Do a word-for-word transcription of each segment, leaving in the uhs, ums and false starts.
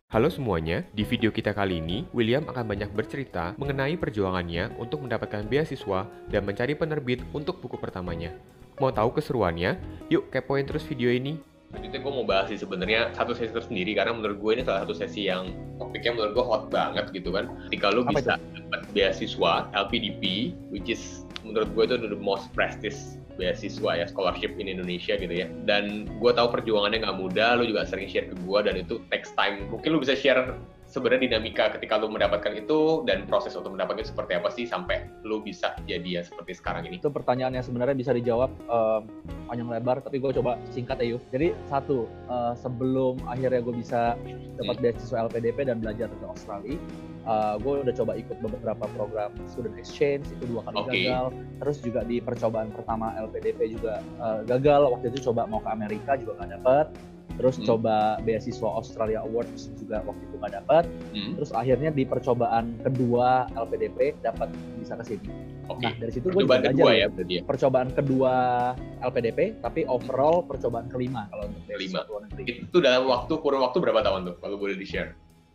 Halo semuanya, di video kita kali ini, William akan banyak bercerita mengenai perjuangannya untuk mendapatkan beasiswa dan mencari penerbit untuk buku pertamanya. Mau tahu keseruannya? Yuk kepoin terus video ini. Selanjutnya gue mau bahas sih sebenarnya satu sesi tersendiri karena menurut gue ini salah satu sesi yang topiknya menurut gue hot banget gitu kan. Ketika lu Apa bisa itu? dapat beasiswa L P D P, which is menurut gue itu the most prestigious beasiswa ya, scholarship in Indonesia gitu ya. Dan gue tahu perjuangannya nggak mudah, lu juga sering share ke gue dan itu takes time. Mungkin lu bisa share sebenarnya dinamika ketika lu mendapatkan itu dan proses untuk mendapatkan itu seperti apa sih sampai lu bisa jadi ya seperti sekarang ini. Itu pertanyaan yang sebenarnya bisa dijawab uh, panjang lebar, tapi gue coba singkat ya yuk. Jadi satu, uh, sebelum akhirnya gue bisa dapat Hmm. beasiswa L P D P dan belajar ke Australia, uh, gue udah coba ikut beberapa program student exchange, itu dua kali Oke. gagal. Terus juga di percobaan pertama L P D P juga uh, gagal. Waktu itu coba mau ke Amerika juga nggak dapet. Terus Hmm. coba beasiswa Australia Awards juga waktu itu nggak dapet. Hmm. Terus akhirnya di percobaan kedua L P D P dapat bisa ke sini. Oke. Nah, dari situ gue Percobaan juga belajar kedua ya. ya berarti ya. Percobaan kedua L P D P, tapi overall percobaan kelima kalau untuk Kelima. beasiswa luar negeri. Itu dalam waktu kurun waktu berapa tahun tuh kalau boleh di-share?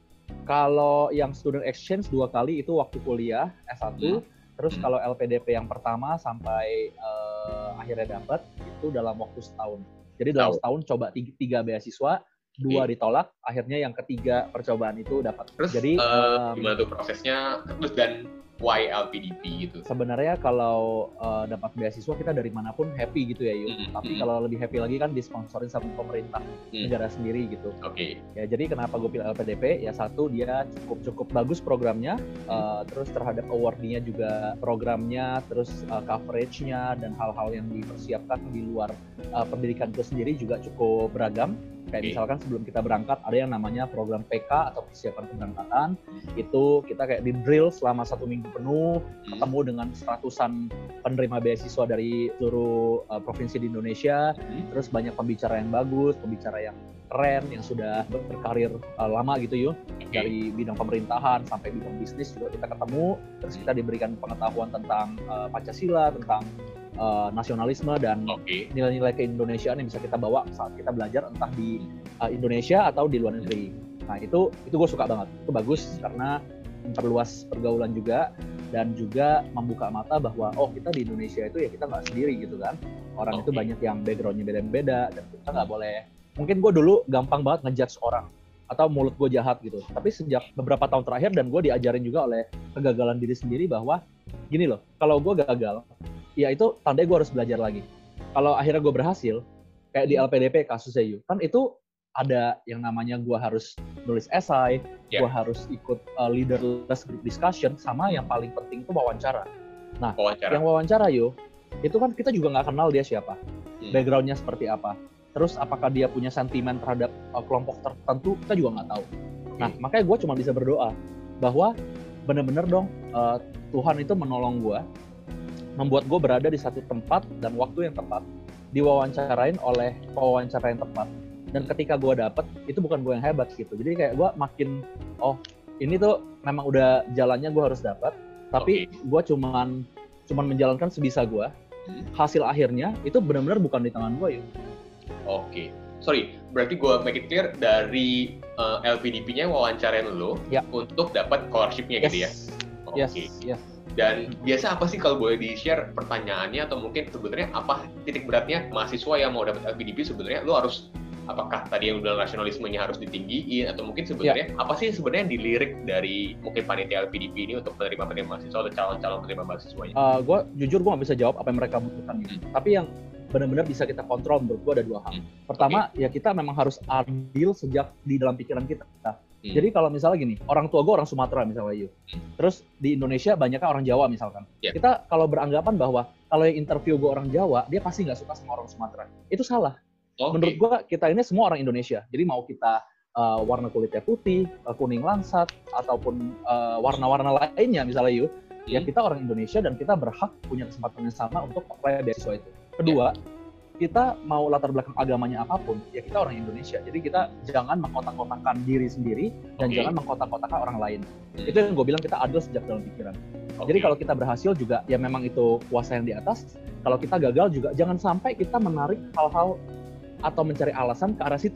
Kalau yang student exchange dua kali itu waktu kuliah S satu, Hmm. terus Hmm. kalau L P D P yang pertama sampai uh, akhirnya dapat itu dalam waktu setahun. Jadi dalam Setahun. setahun coba tiga, tiga beasiswa, dua Oke. ditolak, akhirnya yang ketiga percobaan itu dapat. Terus Jadi uh, um, gimana tuh prosesnya? Terus dan why L P D P gitu? sebenarnya kalau uh, dapat beasiswa kita dari manapun happy gitu ya Yuk. Mm-hmm. Tapi kalau lebih happy lagi kan disponsorin sama pemerintah Mm. negara sendiri gitu. Oke. Ya jadi kenapa gue pilih L P D P? Ya satu dia cukup cukup bagus programnya, uh, terus terhadap awardnya juga programnya, terus uh, coveragenya dan hal-hal yang dipersiapkan di luar uh, pendidikan itu sendiri juga cukup beragam. Kayak Oke. misalkan sebelum kita berangkat ada yang namanya program P K atau persiapan keberangkatan. Itu kita kayak di drill selama satu minggu penuh, Hmm. ketemu dengan seratusan penerima beasiswa dari seluruh uh, provinsi di Indonesia. Hmm. Terus banyak pembicara yang bagus, pembicara yang keren, yang sudah berkarir uh, lama gitu yuk. Oke. Dari bidang pemerintahan sampai bidang bisnis juga kita ketemu. Terus kita diberikan pengetahuan tentang uh, Pancasila, tentang uh, nasionalisme dan Oke. nilai-nilai keindonesiaan yang bisa kita bawa saat kita belajar entah di uh, Indonesia atau di luar negeri. Nah itu itu gue suka banget, itu bagus karena memperluas pergaulan juga dan juga membuka mata bahwa oh kita di Indonesia itu ya kita nggak sendiri gitu kan. Orang itu Oke. banyak yang backgroundnya beda-beda dan kita nggak boleh. Mungkin gue dulu gampang banget ngejudge orang atau mulut gue jahat gitu. Tapi sejak beberapa tahun terakhir dan gue diajarin juga oleh kegagalan diri sendiri bahwa gini loh, kalau gue gagal, ya itu tandanya gue harus belajar lagi. Kalau akhirnya gue berhasil, kayak di L P D P kasusnya yuk, kan itu ada yang namanya gue harus nulis esai, Yeah. gue harus ikut uh, leaderless group discussion, sama yang paling penting itu wawancara. Nah, Wawancara. yang wawancara yuk, itu kan kita juga nggak kenal dia siapa, Hmm. backgroundnya seperti apa, terus apakah dia punya sentimen terhadap uh, kelompok tertentu, kita juga nggak tahu. Nah, Oke. makanya gue cuma bisa berdoa bahwa benar-benar dong uh, Tuhan itu menolong gue, membuat gue berada di satu tempat dan waktu yang tepat, diwawancarain oleh pewawancara yang tepat. Dan ketika gue dapet, itu bukan gue yang hebat gitu. Jadi kayak gue makin, oh ini tuh memang udah jalannya gue harus dapat. Tapi Oke. gue cuman cuman menjalankan sebisa gue. Hmm. Hasil akhirnya itu benar-benar bukan di tangan gue yuk. Oke. Sorry, berarti gue make it clear dari uh, L P D P-nya wawancarain lo Ya. untuk dapat scholarship-nya gitu ya? Oke. Yes, yes. Dan biasa apa sih kalau boleh di-share pertanyaannya atau mungkin sebenarnya apa titik beratnya mahasiswa yang mau dapat L P D P sebenarnya lo harus apakah tadi yang udah nasionalismenya harus ditinggiin atau mungkin sebenarnya Ya. apa sih sebenarnya dilirik dari mungkin panitia L P D P ini untuk penerima penerima mahasiswa atau calon-calon penerima mahasiswanya? Uh, gue jujur gue nggak bisa jawab apa yang mereka butuhkan gitu. Hmm. Tapi yang benar-benar bisa kita kontrol menurut gue ada dua hal. Hmm. Pertama, ya kita memang harus adil sejak di dalam pikiran kita. Hmm. Jadi kalau misalnya gini, orang tua gue orang Sumatera misalnya yuk. Hmm. Terus di Indonesia banyaknya orang Jawa misalkan. Ya. Kita kalau beranggapan bahwa kalau yang interview gue orang Jawa, dia pasti nggak suka sama orang Sumatera. Itu salah. Oke. Menurut gue kita ini semua orang Indonesia. Jadi mau kita uh, warna kulitnya putih, uh, kuning langsat, ataupun uh, warna-warna lainnya misalnya yuk. Ya Hmm. kita orang Indonesia dan kita berhak punya kesempatan yang sama untuk apply beasiswa itu. Kedua, kita mau latar belakang agamanya apapun, ya kita orang Indonesia. Jadi kita jangan mengkotak-kotakan diri sendiri dan Oke. jangan mengkotak-kotakan orang lain. Hmm. Itu yang gue bilang kita adil sejak dalam pikiran. Oke. Jadi kalau kita berhasil juga, ya memang itu kuasa yang di atas. Kalau kita gagal juga, jangan sampai kita menarik hal-hal atau mencari alasan ke arah situ.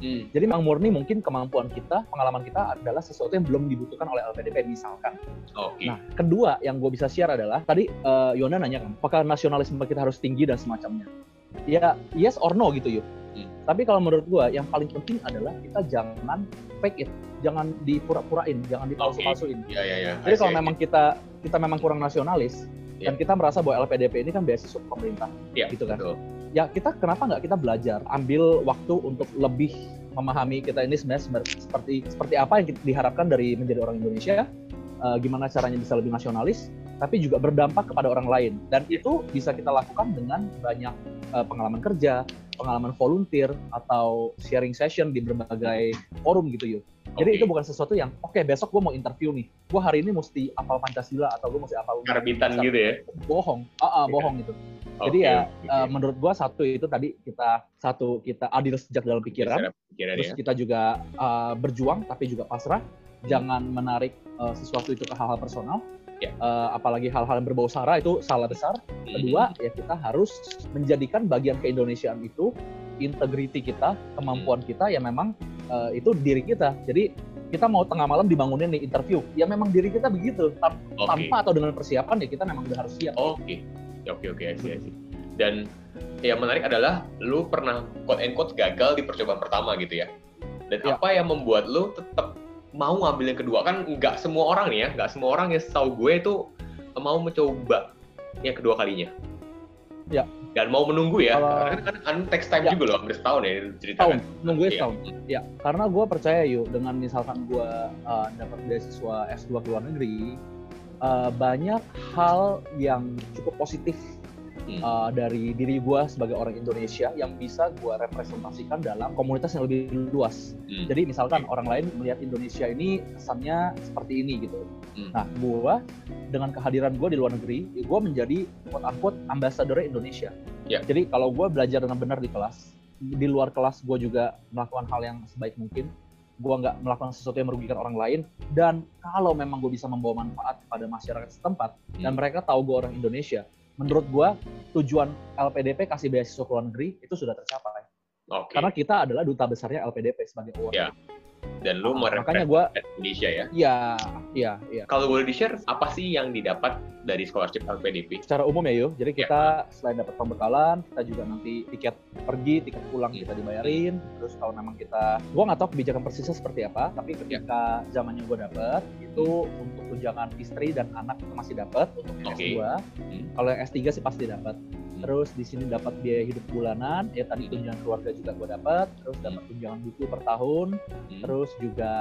Hmm. Jadi memang murni mungkin kemampuan kita, pengalaman kita adalah sesuatu yang belum dibutuhkan oleh L P D P misalkan. Oke. Okay. Nah, kedua yang gue bisa share adalah tadi uh, Yona nanya kan, apakah nasionalisme kita harus tinggi dan semacamnya? Ya, yes or no gitu yuk. Hmm. Tapi kalau menurut gue yang paling penting adalah kita jangan fake it, jangan dipura-purain, jangan dipalsu-palsuin. Okay. Ya, ya, ya. Jadi kalau memang kita kita memang kurang nasionalis yeah. dan kita merasa bahwa L P D P ini kan beasiswa pemerintah, yeah, gitu kan? Betul. Ya kita kenapa nggak kita belajar, ambil waktu untuk lebih memahami kita ini sebenarnya seperti seperti apa yang kita diharapkan dari menjadi orang Indonesia, uh, gimana caranya bisa lebih nasionalis, tapi juga berdampak kepada orang lain. Dan itu bisa kita lakukan dengan banyak uh, pengalaman kerja, pengalaman volunteer, atau sharing session di berbagai forum gitu yuk. Jadi okay. itu bukan sesuatu yang, oke okay, besok gue mau interview nih, gue hari ini mesti hafal Pancasila atau gue mesti hafal karbitan gitu ya? Bohong, ah, ah, bohong gitu. Jadi okay, ya okay. Uh, menurut gue satu itu tadi kita satu kita adil sejak dalam pikiran, pikiran terus ya. Kita juga uh, berjuang tapi juga pasrah, hmm. jangan menarik uh, sesuatu itu ke hal-hal personal, yeah. uh, apalagi hal-hal yang berbau sara itu salah besar. Hmm. Kedua ya kita harus menjadikan bagian keindonesiaan itu integriti kita, kemampuan hmm. kita ya memang uh, itu diri kita. Jadi kita mau tengah malam dibangunin nih interview, ya memang diri kita begitu. Tan- okay. Tanpa atau dengan persiapan ya kita memang udah harus siap. Oke. Okay. Oke oke, I see, I see. Dan yang menarik adalah lu pernah quote and quote gagal di percobaan pertama gitu ya. Dan ya. Apa yang membuat lu tetap mau ngambil yang kedua? Kan nggak semua orang nih ya, nggak semua orang yang setahu gue itu mau mencoba yang kedua kalinya. Ya. Dan mau menunggu ya, Kalau... karena kan kan text time ya. juga loh, hampir setahun ya ceritakan. Tahun, nunggu ya setahun. Ya, karena gue percaya yuk dengan misalkan gue uh, dapat beasiswa S dua ke luar negeri, Uh, banyak hal yang cukup positif hmm. uh, dari diri gue sebagai orang Indonesia yang bisa gue representasikan dalam komunitas yang lebih luas. Hmm. Jadi misalkan hmm. orang lain melihat Indonesia ini kesannya seperti ini gitu. Hmm. Nah, gue dengan kehadiran gue di luar negeri, gue menjadi quote-unquote ambassador Indonesia. Yeah. Jadi kalau gue belajar dengan benar di kelas, di luar kelas gue juga melakukan hal yang sebaik mungkin. Gue nggak melakukan sesuatu yang merugikan orang lain, dan kalau memang gue bisa membawa manfaat kepada masyarakat setempat hmm. dan mereka tahu gue orang Indonesia, menurut gue tujuan L P D P kasih beasiswa ke luar negeri itu sudah tercapai. Okay. Karena kita adalah duta besarnya L P D P sebagai award. Yeah. Dan lu nah, makanya gua Indonesia ya? Iya, iya, iya. Kalau boleh di-share, apa sih yang didapat dari scholarship L P D P? Secara umum ya, Yo. Jadi kita ya. Selain dapat pembekalan, kita juga nanti tiket pergi, tiket pulang hmm. kita dibayarin. Terus kalau memang kita, gua nggak tahu kebijakan persisnya seperti apa, tapi ketika ya. zamannya gua dapet, itu untuk tunjangan istri dan anak itu masih dapat untuk yang okay. S dua. Hmm. Kalau yang S tiga sih pasti dapat. Terus di sini dapat biaya hidup bulanan, ya tadi tunjangan keluarga juga gue dapat, terus dapat tunjangan buku per tahun, hmm. terus juga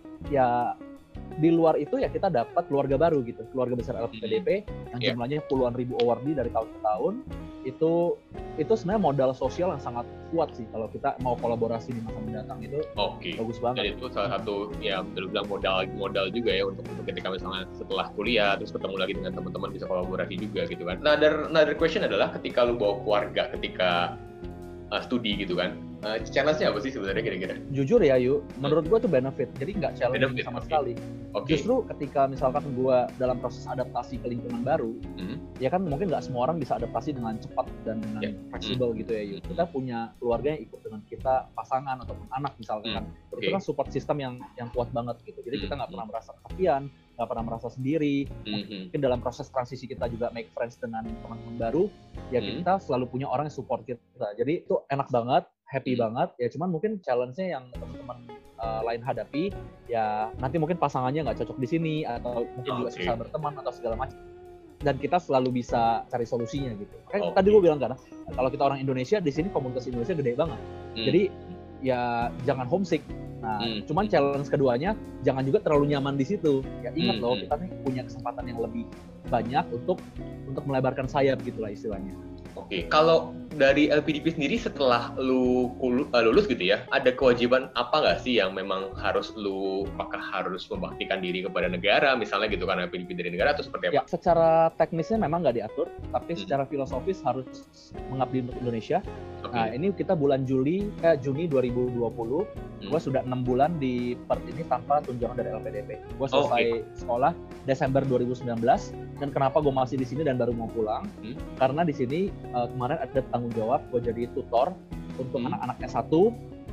ya di luar itu ya kita dapat keluarga baru gitu, keluarga besar L P D P yang yeah. jumlahnya puluhan ribu awardee dari tahun ke tahun. Itu itu sebenarnya modal sosial yang sangat kuat sih kalau kita mau kolaborasi di masa mendatang itu okay. bagus banget. Dan itu salah satu ya betul bilang modal modal juga ya untuk untuk ketika misalnya setelah kuliah terus ketemu lagi dengan teman-teman bisa kolaborasi juga gitu kan. Nah, another, another question adalah ketika lu bawa keluarga ketika uh, studi gitu kan, uh, challenge-nya apa sih sebenarnya kira-kira? Jujur ya Yu, menurut gue tuh benefit, jadi nggak challenge benefit, sama okay. sekali. Okay. Justru ketika misalkan gue dalam proses adaptasi ke lingkungan baru, mm-hmm. ya kan mungkin nggak semua orang bisa adaptasi dengan cepat dan dengan yeah. fleksibel mm-hmm. gitu ya Yu. Kita punya keluarga yang ikut dengan kita, pasangan ataupun anak misalkan, mm-hmm. okay. itu kan support system yang yang kuat banget gitu. Jadi mm-hmm. kita nggak pernah merasa kesepian, nggak pernah merasa sendiri. Mm-hmm. Mungkin dalam proses transisi kita juga make friends dengan teman-teman baru, ya mm-hmm. kita selalu punya orang yang support kita. Jadi itu enak banget, happy mm-hmm. banget. Ya cuman mungkin challenge-nya yang teman-teman uh, lain hadapi, ya nanti mungkin pasangannya nggak cocok di sini atau mungkin okay. juga susah berteman atau segala macam. Dan kita selalu bisa cari solusinya gitu. Kayak okay. tadi gue bilang kan, kalau kita orang Indonesia di sini komunitas Indonesia gede banget. Mm. Jadi ya jangan homesick. Nah, hmm. cuman challenge keduanya jangan juga terlalu nyaman di situ. Ya ingat hmm. loh, kita nih punya kesempatan yang lebih banyak untuk untuk melebarkan sayap gitulah istilahnya. Oke, okay. Kalau dari L P D P sendiri setelah lu lulus gitu ya, ada kewajiban apa nggak sih yang memang harus lu, apakah harus membaktikan diri kepada negara, misalnya gitu kan L P D P dari negara atau seperti apa? Ya, secara teknisnya memang nggak diatur, tapi hmm. secara filosofis harus mengabdi untuk Indonesia. Okay. Nah, ini kita bulan Juli, eh, Juni dua ribu dua puluh, hmm. gue sudah enam bulan di Perth ini tanpa tunjangan dari L P D P. Gue selesai oh, okay. sekolah Desember dua ribu sembilan belas, dan kenapa gue masih di sini dan baru mau pulang? Hmm. Karena di sini uh, kemarin ada tanggung jawab gue jadi tutor untuk hmm. anak-anak S satu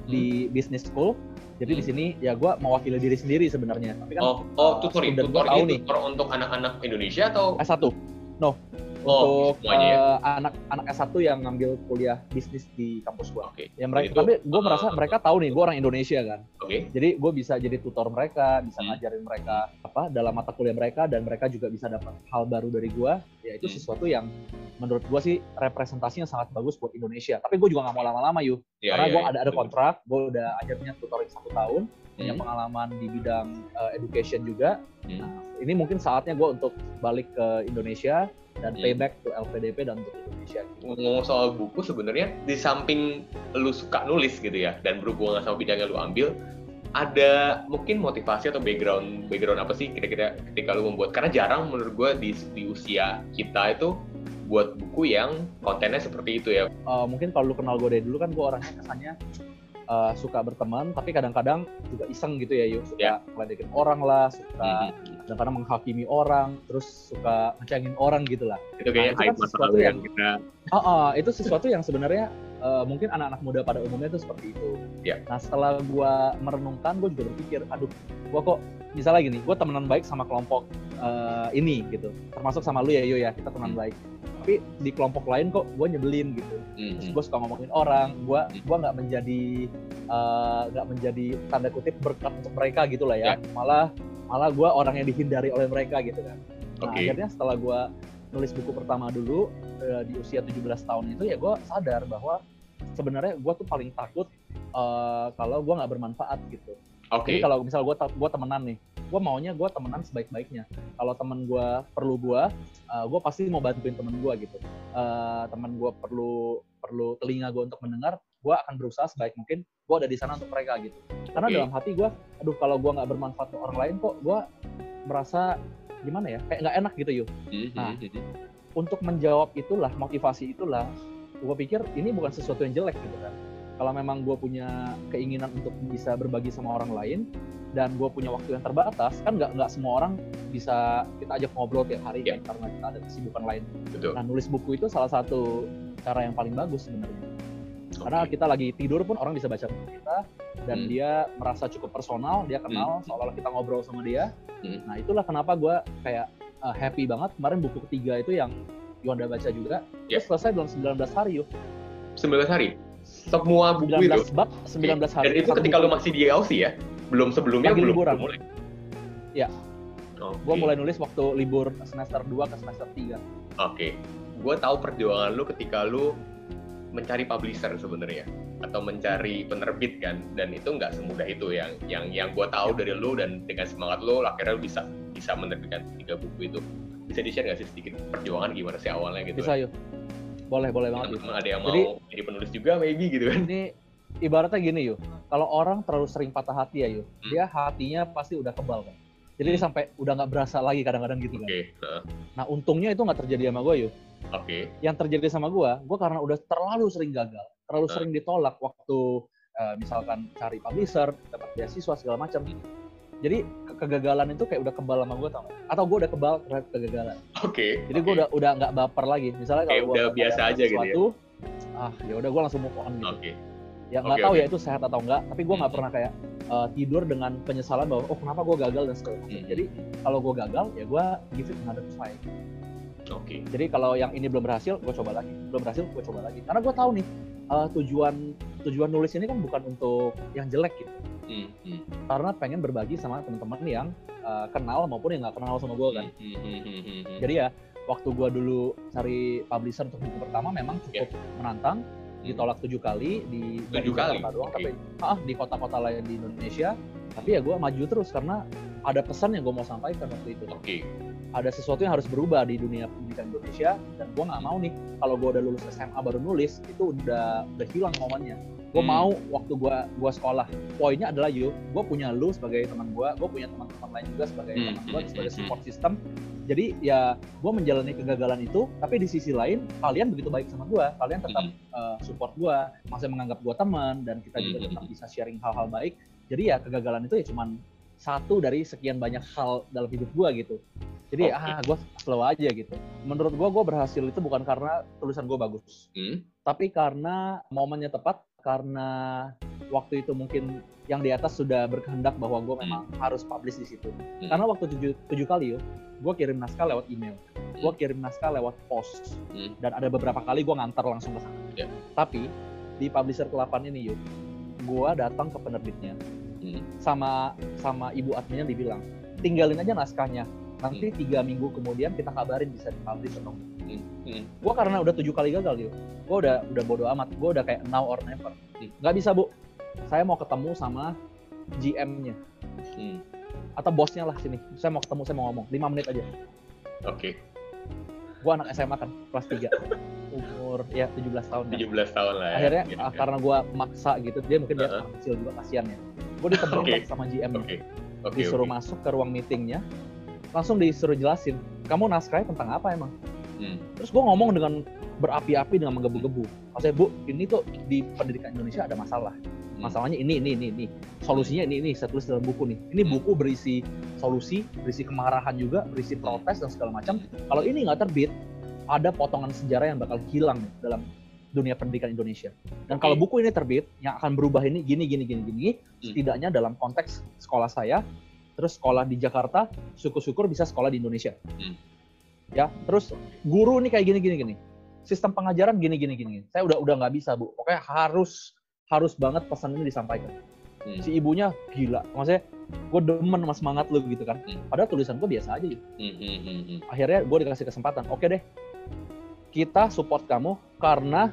di business school. Jadi Hmm. di sini ya gue mewakili diri sendiri sebenarnya. Tapi kan Oh, oh, uh, tutor student tutor gua tahu ini nih. tutor untuk anak-anak Indonesia atau? S satu. No. Oh, Untuk semuanya ya? uh, anak-anak S satu yang ngambil kuliah bisnis di kampus gue. Oke. Ya mereka, Itu, tapi gue merasa uh, mereka tahu nih gue orang Indonesia kan. Oke. Jadi gue bisa jadi tutor mereka, bisa Hmm. ngajarin mereka apa dalam mata kuliah mereka, dan mereka juga bisa dapat hal baru dari gue. Ya itu Hmm. sesuatu yang menurut gue sih representasinya sangat bagus buat Indonesia. Tapi gue juga nggak mau lama-lama yuk, Ya, karena ya, gue ya, ada ada betul. kontrak, gue udah akhirnya tutoring satu tahun, punya Hmm. pengalaman di bidang uh, education juga. Hmm. Nah, ini mungkin saatnya gue untuk balik ke Indonesia dan Hmm. payback to L P D P dan untuk Indonesia. Ngomong soal buku, sebenarnya di samping lu suka nulis gitu ya, dan berhubungan sama bidang yang lu ambil, ada mungkin motivasi atau background background apa sih kira-kira ketika lu membuat? Karena jarang menurut gue di, di usia kita itu buat buku yang kontennya seperti itu ya. Uh, mungkin kalau lu kenal gue dari dulu kan gue orangnya kesannya uh, suka berteman, tapi kadang-kadang juga iseng gitu ya, yuk suka Ya. ngeledekin orang lah, suka Mhm. kadang-kadang menghakimi orang, terus suka ngecengin orang gitu lah. Itu kayaknya Nah, itu kan aib masa sesuatu lalu yang- yang kita. Oh, oh, itu sesuatu yang sebenarnya uh, mungkin anak-anak muda pada umumnya itu seperti itu. Ya. Nah setelah gue merenungkan, gue juga berpikir, aduh, gue kok misalnya gini, gue temenan baik sama kelompok uh, ini gitu, termasuk sama lu ya, Yo ya, kita temenan Hmm. baik. Tapi di kelompok lain kok gue nyebelin gitu. Terus Mhm. gue suka ngomongin orang, gue Hmm. gue nggak menjadi uh, nggak menjadi tanda kutip berkat untuk mereka gitu lah ya. Malah malah gue orang yang dihindari oleh mereka gitu kan. Nah Oke. akhirnya setelah gue nulis buku pertama dulu uh, di usia tujuh belas tahun itu, ya gue sadar bahwa sebenarnya gue tuh paling takut uh, kalau gue nggak bermanfaat gitu. Oke. Jadi kalau misal gue gue temenan nih, gue maunya gue temenan sebaik-baiknya. Kalau temen gue perlu gue, uh, gue pasti mau bantuin temen gue gitu. Uh, temen gue perlu perlu telinga gue untuk mendengar, gue akan berusaha sebaik mungkin gue ada di sana untuk mereka gitu. Karena Oke. dalam hati gue, aduh kalau gue nggak bermanfaat untuk orang lain kok gue merasa gimana ya, kayak nggak enak gitu yuk. Mhm. Nah. Mhm. Untuk menjawab itulah, motivasi itulah, gue pikir ini bukan sesuatu yang jelek gitu kan. Kalau memang gue punya keinginan untuk bisa berbagi sama orang lain, dan gue punya waktu yang terbatas, kan nggak nggak semua orang bisa kita ajak ngobrol tiap hari Ya. kan, karena kita ada kesibukan lain. Betul. Nah nulis buku itu salah satu cara yang paling bagus sebenarnya. Karena Oke. kita lagi tidur pun orang bisa baca buku kita, dan Hmm. dia merasa cukup personal, dia kenal, seolah-olah kita ngobrol sama dia. Hmm. Nah itulah kenapa gue kayak uh, happy banget kemarin buku ketiga itu yang Yonda baca juga, Ya. terus selesai dalam sembilan belas hari yuk. sembilan belas hari. Semua buku sembilan itu. belas bab, sembilan belas hari. Dan itu Satu ketika buku. lu masih di Aussie ya? Belum sebelumnya Lagi belum liburan. belum mulai. Ya. Oke. Gue mulai nulis waktu libur semester dua ke semester tiga. Oke. Gue tahu perjuangan lu ketika lu mencari publisher sebenarnya, atau mencari penerbit kan, dan itu nggak semudah itu yang yang yang gue tahu dari lu, dan dengan semangat lu akhirnya lu bisa bisa menerbitkan tiga buku itu. Bisa di-share nggak sih sedikit perjuangan gimana sih awalnya gitu? Bisa yuk. Boleh, boleh banget yuk. Teman-teman ada yang mau Jadi- jadi penulis juga maybe gitu kan? Ini ibaratnya gini yuk, kalau orang terlalu sering patah hati ya yuk, Hmm. dia hatinya pasti udah kebal kan. Jadi Hmm. sampai udah nggak berasa lagi kadang-kadang gitu kan. Oke. Heeh. Nah untungnya itu nggak terjadi sama gue yuk. Oke. Yang terjadi sama gue, gue karena udah terlalu sering gagal, terlalu Hmm. sering ditolak waktu eh, misalkan cari publisher, dapat beasiswa segala macam. Jadi ke- kegagalan itu kayak udah kebal sama gue tau gak? Atau gue udah kebal terhadap kegagalan. Oke. Jadi gue oke. udah udah nggak baper lagi. Misalnya Kayak kalau gue udah biasa aja gitu ya? ah ya udah gue langsung move on gitu. Oke. Ya nggak Oke, tahu oke. ya itu sehat atau enggak, tapi gue nggak Hmm. pernah kayak eh, tidur dengan penyesalan bahwa oh kenapa gue gagal dan segala macam. Hmm. Jadi kalau gue gagal ya gue give it another try. Oke. Jadi kalau yang ini belum berhasil, gue coba lagi. Belum berhasil, gue coba lagi. Karena gue tahu nih eh, tujuan tujuan nulis ini kan bukan untuk yang jelek gitu. Hmm. Hmm. Karena pengen berbagi sama teman-teman yang eh, kenal maupun yang nggak kenal sama gue kan. Hmm. Hmm. Hmm. Hmm. Hmm. Jadi ya waktu gue dulu cari publisher untuk buku pertama memang cukup menantang. Ditolak tujuh kali di Tujuh di kali? Jakarta doang, Oke. tapi ah di kota-kota lain di Indonesia. Tapi ya gue maju terus karena ada pesan yang gue mau sampaikan waktu itu. Oke. Ada sesuatu yang harus berubah di dunia pendidikan Indonesia, dan gue nggak mau nih kalau gue udah lulus S M A baru nulis itu udah udah hilang momennya. Gue Hmm. mau waktu gue gua sekolah, poinnya adalah yuk gue punya lu sebagai teman gue, gue punya teman-teman lain juga sebagai Hmm. teman gue, Hmm. sebagai Hmm. support system. Jadi ya gue menjalani kegagalan itu, tapi di sisi lain kalian begitu baik sama gue, kalian tetap Hmm. uh, support gue, masih menganggap gue teman, dan kita juga Hmm. tetap bisa sharing hal-hal baik. Jadi ya kegagalan itu ya cuman satu dari sekian banyak hal dalam hidup gue gitu. Jadi Oke. ah gue slow aja gitu. Menurut gue, gue berhasil itu bukan karena tulisan gue bagus, Hmm. tapi karena momennya tepat, karena waktu itu mungkin yang di atas sudah berkehendak bahwa gue memang hmm. harus publish di situ. Hmm. Karena waktu tujuh, tujuh kali yuk, gue kirim naskah lewat email, hmm. gue kirim naskah lewat post, hmm. dan ada beberapa kali gue ngantar langsung ke sana. Yeah. Tapi di publisher ke delapan ini yuk, gue datang ke penerbitnya, hmm. sama sama ibu adminnya dibilang, tinggalin aja naskahnya, nanti hmm. tiga minggu kemudian kita kabarin bisa dipublish atau enggak. Hmm. Hmm. Gue karena udah tujuh kali gagal yuk, gue udah udah bodo amat, gue udah kayak now or never. Hmm. Nggak bisa bu, saya mau ketemu sama G M-nya hmm. atau bosnya lah sini, saya mau ketemu, saya mau ngomong lima menit aja. Oke. Okay. Gue anak S M A kan, kelas tiga, umur ya tujuh belas tahun kan. tujuh belas tahun lah ya. Akhirnya ya, uh, karena gue maksa gitu, dia mungkin uh-huh. dia kecil juga, kasihan ya. Gue ditemenin okay. sama G M-nya, okay. Okay, disuruh okay. masuk ke ruang meetingnya, langsung disuruh jelasin, kamu naskahnya tentang apa emang? Hmm. Terus gue ngomong dengan berapi-api, dengan menggebu-gebu. Maksudnya, Bu, ini tuh di pendidikan Indonesia ada masalah. Masalahnya ini, ini, ini, ini. Solusinya ini, ini. Saya tulis dalam buku nih. Ini buku berisi solusi, berisi kemarahan juga, berisi protes dan segala macam. Kalau ini nggak terbit, ada potongan sejarah yang bakal hilang nih dalam dunia pendidikan Indonesia. Dan kalau buku ini terbit, yang akan berubah ini gini, gini, gini, gini. Setidaknya dalam konteks sekolah saya, terus sekolah di Jakarta, syukur-syukur bisa sekolah di Indonesia. Ya, terus guru nih kayak gini, gini, gini. Sistem pengajaran gini, gini, gini. Saya udah udah nggak bisa, Bu. Pokoknya harus harus banget pesan ini disampaikan. Hmm. Si ibunya gila, maksudnya gue demen sama semangat lu gitu kan. Hmm. Padahal tulisan gue biasa aja gitu. Hmm, hmm, hmm, hmm. Akhirnya gue dikasih kesempatan. Oke deh, kita support kamu karena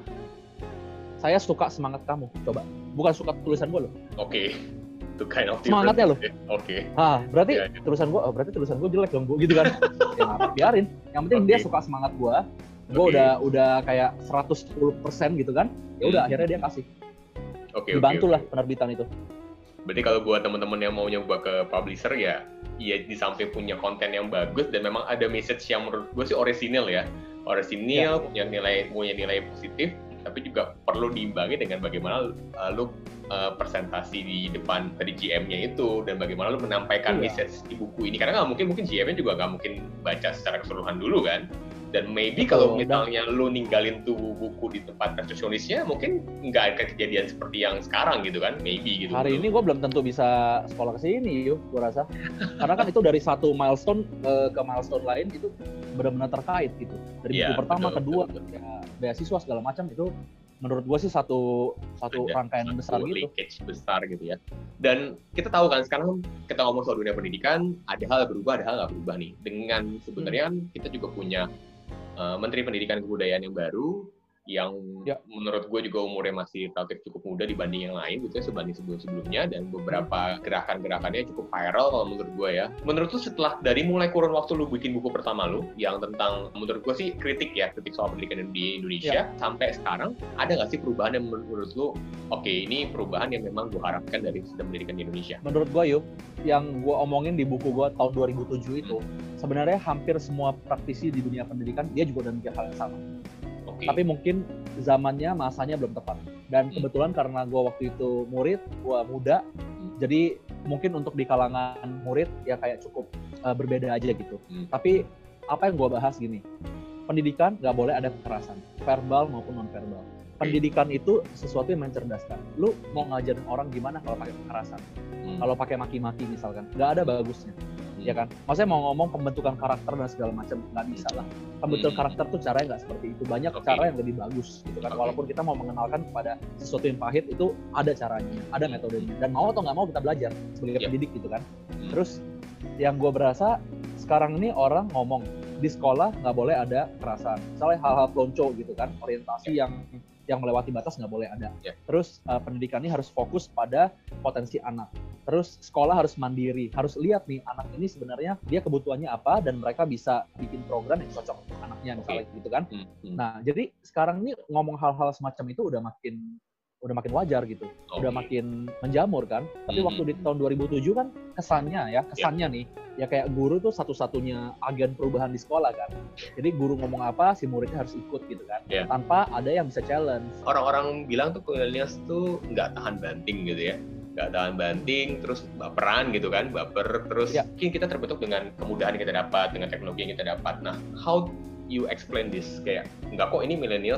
saya suka semangat kamu. Coba, bukan suka tulisan gue loh. Oke. Okay. Itu kind of semangatnya loh. Oke. Okay. Ah, berarti yeah, yeah. tulisan gue, oh, berarti tulisan gue jelek dong, Bu, gitu kan. Ya apa, biarin. Yang penting okay. dia suka semangat gue. Gue okay. udah udah kayak seratus sepuluh persen gitu kan. Ya udah hmm. akhirnya dia kasih. Oke, dibantulah okay, okay. penerbitan itu. Berarti kalau buat teman-teman yang mau nyoba ke publisher ya, ya di samping punya konten yang bagus dan memang ada message yang menurut gue sih orisinil ya, orisinil, ya. punya nilai punya nilai positif, tapi juga perlu diimbangi dengan bagaimana uh, lu uh, presentasi di depan tadi G M-nya itu dan bagaimana lu menyampaikan ya. message di buku ini, karena nggak mungkin mungkin G M-nya juga nggak mungkin baca secara keseluruhan dulu kan. Dan maybe Betul, kalau misalnya dan... lu ninggalin tuh buku di tempat resepsionisnya, mungkin nggak akan kejadian seperti yang sekarang gitu kan, maybe gitu. Hari ini gue belum tentu bisa sekolah ke sini, yuk, gue rasa. Karena kan itu dari satu milestone uh, ke milestone lain itu benar-benar terkait gitu. Dari yeah, buku pertama, betul, kedua, betul, betul. Ya, beasiswa segala macam itu menurut gue sih satu satu Ada, rangkaian satu besar gitu. Linkage besar gitu ya. Dan kita tahu kan sekarang kita ngomong soal dunia pendidikan, ada hal berubah, ada hal nggak berubah nih. Dengan sebenarnya hmm. kita juga punya Uh, Menteri Pendidikan Kebudayaan yang baru, yang ya. menurut gue juga umurnya masih relatif cukup muda dibanding yang lain gitu ya, sebanding sebelum-sebelumnya, dan beberapa gerakan-gerakannya cukup viral kalau menurut gue ya. Menurut lu setelah dari mulai kurun waktu lu bikin buku pertama lu yang tentang, menurut gue sih kritik ya, kritik soal pendidikan di Indonesia, ya. sampai sekarang ada nggak sih perubahan yang menurut lu, oke okay, ini perubahan yang memang gue harapkan dari sistem pendidikan di Indonesia? Menurut gue yuk, yang gue omongin di buku gue tahun dua ribu tujuh itu, hmm. sebenarnya hampir semua praktisi di dunia pendidikan dia juga udah mikir hal yang sama. Okay. Tapi mungkin zamannya, masanya belum tepat. Dan hmm. kebetulan karena gue waktu itu murid, gue muda, hmm. jadi mungkin untuk di kalangan murid ya kayak cukup uh, berbeda aja gitu. Hmm. Tapi apa yang gue bahas gini, pendidikan nggak boleh ada kekerasan, verbal maupun non-verbal. Pendidikan itu sesuatu yang mencerdaskan. Lu mau ngajarin orang gimana kalau pakai kekerasan? Hmm. Kalau pakai maki-maki misalkan, nggak ada bagusnya. Ya kan, maksudnya mau ngomong pembentukan karakter dan segala macam nggak bisa lah. Pembentukan hmm. karakter tuh caranya nggak seperti itu. Banyak okay. cara yang lebih bagus gitu kan. Okay. Walaupun kita mau mengenalkan kepada sesuatu yang pahit itu ada caranya, ada metodenya. Dan mau atau nggak mau kita belajar sebagai yep. pendidik gitu kan. Hmm. Terus yang gue berasa sekarang ini orang ngomong di sekolah nggak boleh ada kekerasan. Misalnya hal-hal pelonco gitu kan, orientasi yep. yang yang melewati batas nggak boleh ada. Yeah. Terus uh, pendidikan ini harus fokus pada potensi anak. Terus sekolah harus mandiri, harus lihat nih anak ini sebenarnya dia kebutuhannya apa dan mereka bisa bikin program yang cocok untuk anaknya misalnya okay. gitu kan. Hmm. Hmm. Nah jadi sekarang ini ngomong hal-hal semacam itu udah makin udah makin wajar gitu, okay. udah makin menjamur kan. Tapi hmm. waktu di tahun dua ribu tujuh kan kesannya ya, kesannya yeah. nih ya kayak guru tuh satu-satunya agen perubahan di sekolah kan. Jadi guru ngomong apa, si muridnya harus ikut gitu kan, yeah. tanpa ada yang bisa challenge. Orang-orang bilang tuh millennials tuh nggak tahan banting gitu ya, nggak tahan banting, terus baperan gitu kan, baper, terus yeah. mungkin kita terbentuk dengan kemudahan yang kita dapat, dengan teknologi yang kita dapat. Nah, how you explain this? Kayak nggak kok ini millennials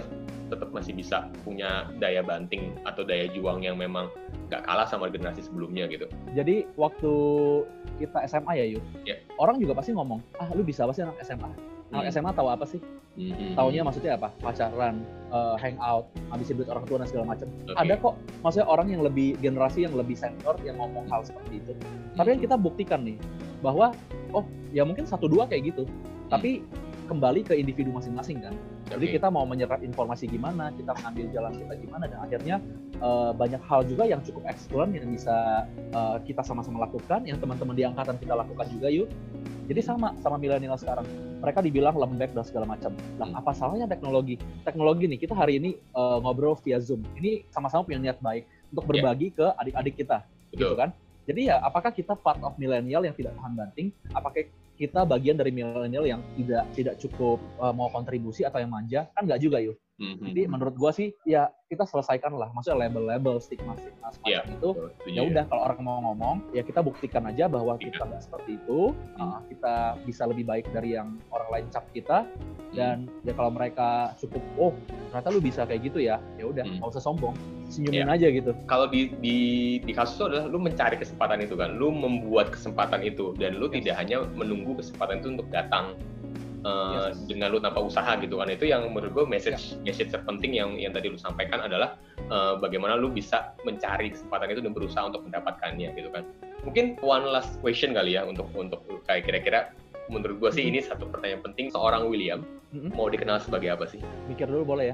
tetap masih bisa punya daya banting atau daya juang yang memang nggak kalah sama generasi sebelumnya gitu. Jadi waktu kita S M A ya Yu, yeah. orang juga pasti ngomong, ah lu bisa apa sih anak S M A? Anak hmm. S M A tahu apa sih? Hmm. Taunya maksudnya apa? Pacaran, uh, hangout, habisin duit orang tua dan segala macam. Okay. Ada kok, maksudnya orang yang lebih generasi yang lebih senior yang ngomong hal seperti itu. Hmm. Tapi yang kita buktikan nih bahwa oh ya mungkin satu dua kayak gitu, hmm. tapi kembali ke individu masing-masing kan. Jadi okay. kita mau menyerap informasi gimana, kita mengambil jalan kita gimana, dan akhirnya uh, banyak hal juga yang cukup excellent yang bisa uh, kita sama-sama lakukan, yang teman-teman di angkatan kita lakukan juga yuk. Jadi sama sama milenial sekarang, mereka dibilang lembek dan segala macam. Nah, apa salahnya teknologi? Teknologi nih, kita hari ini uh, ngobrol via Zoom. Ini sama-sama punya niat baik untuk berbagi yeah. ke adik-adik kita, Betul. gitu kan? Jadi ya, apakah kita part of milenial yang tidak tahan banting? Apakah kita bagian dari milenial yang tidak tidak cukup uh, mau kontribusi atau yang manja? Kan nggak juga yuk. Mm-hmm. Jadi menurut gua sih ya kita selesaikan lah, maksudnya label-label stigma-stigma yeah, itu ya udah kalau orang mau ngomong ya kita buktikan aja bahwa kita nggak seperti itu, mm. uh, kita bisa lebih baik dari yang orang lain cap kita, dan mm. ya kalau mereka cukup oh ternyata lu bisa kayak gitu ya, ya udah nggak mm. usah sombong, senyumin yeah. aja gitu. Kalau di di di kasus itu adalah lu mencari kesempatan itu kan, lu membuat kesempatan itu, dan lu yes. tidak hanya menunggu kesempatan itu untuk datang. Uh, yes. dengan lu tanpa usaha gitu kan. Itu yang menurut gue message yeah. message terpenting yang yang tadi lu sampaikan adalah uh, bagaimana lu bisa mencari kesempatan itu dan berusaha untuk mendapatkannya gitu kan. Mungkin one last question kali ya untuk untuk kayak kira-kira menurut gue sih mm-hmm. ini satu pertanyaan penting, seorang William mm-hmm. mau dikenal sebagai apa sih? Mikir dulu boleh ya.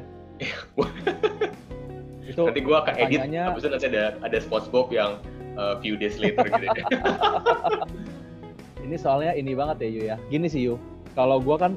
Itu nanti gue akan edit habis itu nanti ada ada SpongeBob yang uh, few days later gitu ya. Ini soalnya ini banget ya Yu ya. Gini sih Yu. Kalau gue kan,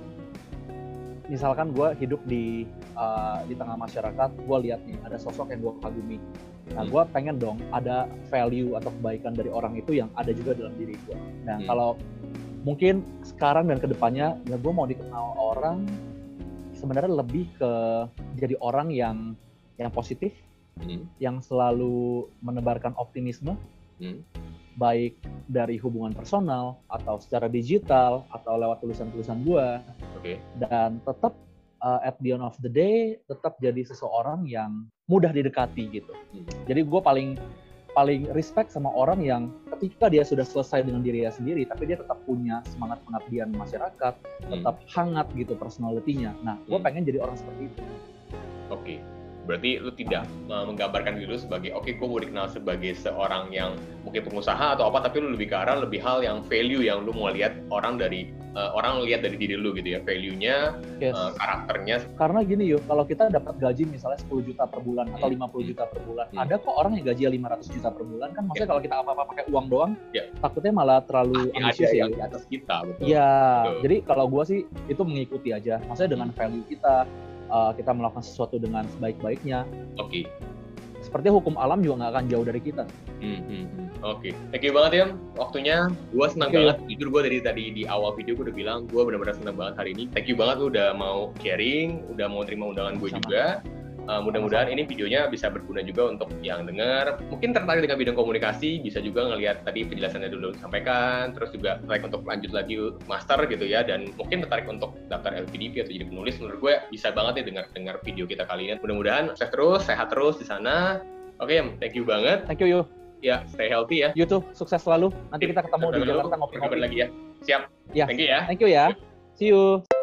misalkan gue hidup di uh, di tengah masyarakat, gue lihat nih ada sosok yang gue kagumi. Nah, gue pengen dong ada value atau kebaikan dari orang itu yang ada juga dalam diri gue. Nah, hmm. kalau mungkin sekarang dan kedepannya, ya gue mau dikenal orang sebenarnya lebih ke jadi orang yang yang positif, hmm. yang selalu menebarkan optimisme. Hmm. Baik dari hubungan personal atau secara digital atau lewat tulisan-tulisan gua, okay. dan tetap uh, at the end of the day tetap jadi seseorang yang mudah didekati gitu. Hmm. Jadi gua paling paling respect sama orang yang ketika dia sudah selesai dengan dirinya sendiri, tapi dia tetap punya semangat pengabdian masyarakat, hmm. tetap hangat gitu personality-nya. Nah, gua hmm. pengen jadi orang seperti itu. Oke. Okay. Berarti lu tidak uh, menggambarkan diri lu sebagai oke, okay, gue mau dikenal sebagai seorang yang mungkin pengusaha atau apa, tapi lu lebih ke arah lebih hal yang value yang lu mau lihat orang dari uh, orang lihat dari diri lu gitu ya, value-nya, yes. uh, karakternya. Karena gini yuk, kalau kita dapat gaji misalnya sepuluh juta per bulan atau lima puluh juta per bulan, hmm. ada kok orang yang gajinya lima ratus juta per bulan kan, maksudnya yeah. kalau kita apa-apa pakai uang doang, yeah. takutnya malah terlalu ambisius ya di atas kita. Betul. Iya, jadi kalau gua sih itu mengikuti aja, maksudnya dengan hmm. value kita. Uh, kita melakukan sesuatu dengan sebaik-baiknya. Oke. Okay. Seperti hukum alam juga nggak akan jauh dari kita. Hmm, hmm, hmm. Oke. Okay. Thank you banget ya waktunya. Gue senang okay. banget. Jujur gue dari tadi di awal video gue udah bilang gue benar-benar senang banget hari ini. Thank you banget lu udah mau sharing, udah mau terima undangan gue juga. Uh, mudah-mudahan ini videonya bisa berguna juga untuk yang dengar. Mungkin tertarik dengan bidang komunikasi, bisa juga ngelihat tadi penjelasannya dulu disampaikan, terus juga tertarik untuk lanjut lagi master gitu ya, dan mungkin tertarik untuk daftar L P D P atau jadi penulis. Menurut gue bisa banget nih dengar-dengar video kita kali ini. Mudah-mudahan sukses terus, sehat terus di sana. Oke, okay, thank you banget. Thank you, Yu. Ya, stay healthy ya. You too, sukses selalu. Nanti kita ketemu di Jakarta ngopi-ngopi lagi ya. Siap. Ya. Thank you ya. Thank you ya. See you.